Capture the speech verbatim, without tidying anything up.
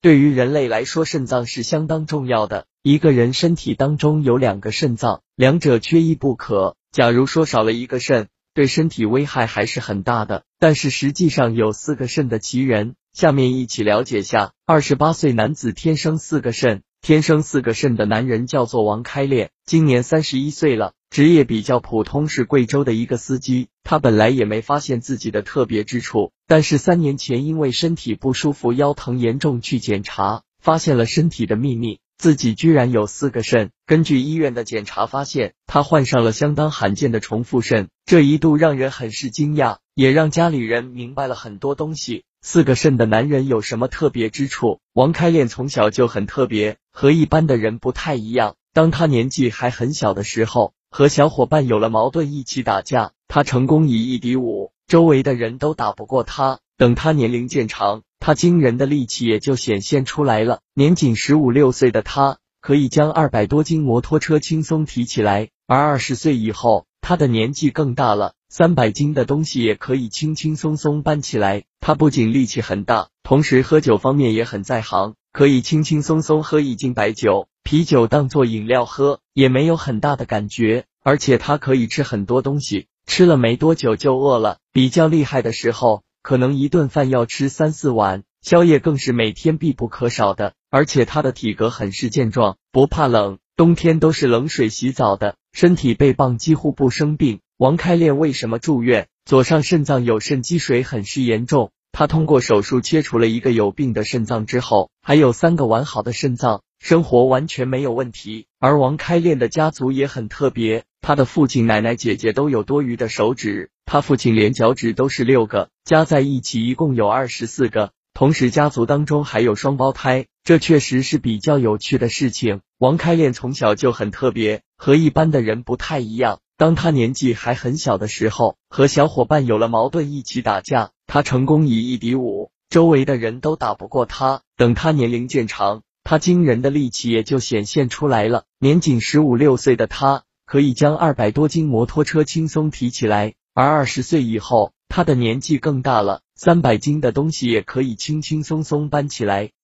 对于人类来说，肾脏是相当重要的。一个人身体当中有两个肾脏，两者缺一不可。假如说少了一个肾，对身体危害还是很大的。但是实际上有四个肾的奇人，下面一起了解下。二十八岁男子天生四个肾，天生四个肾的男人叫做王开炼，今年三十一岁了，职业比较普通，是贵州的一个司机。他本来也没发现自己的特别之处，但是三年前因为身体不舒服，腰疼严重去检查，发现了身体的秘密，自己居然有四个肾。根据医院的检查发现，他患上了相当罕见的重复肾，这一度让人很是惊讶，也让家里人明白了很多东西。四个肾的男人有什么特别之处？王开炼从小就很特别，和一般的人不太一样。当他年纪还很小的时候，和小伙伴有了矛盾，一起打架，他成功以一敌五，周围的人都打不过他。等他年龄渐长，他惊人的力气也就显现出来了。年仅十五六岁的他，可以将二百多斤摩托车轻松提起来，而二十岁以后，他的年纪更大了，三百斤的东西也可以轻轻松松搬起来。他不仅力气很大，同时喝酒方面也很在行，可以轻轻松松喝一斤白酒、啤酒当做饮料喝，也没有很大的感觉。而且他可以吃很多东西，吃了没多久就饿了，比较厉害的时候，可能一顿饭要吃三四碗，宵夜更是每天必不可少的。而且他的体格很是健壮，不怕冷，冬天都是冷水洗澡的，身体倍棒，几乎不生病。王开炼为什么住院？左上肾脏有肾积水很是严重，他通过手术切除了一个有病的肾脏之后，还有三个完好的肾脏，生活完全没有问题。而王开炼的家族也很特别，他的父亲、奶奶、姐姐都有多余的手指，他父亲连脚趾都是六个，加在一起一共有二十四个。同时家族当中还有双胞胎，这确实是比较有趣的事情。王开炼从小就很特别，和一般的人不太一样。当他年纪还很小的时候，和小伙伴有了矛盾，一起打架，他成功以一敌五，周围的人都打不过他。等他年龄渐长，他惊人的力气也就显现出来了。年仅十五六岁的他，可以将二百多斤摩托车轻松提起来，而二十岁以后，他的年纪更大了，三百斤的东西也可以轻轻松松搬起来。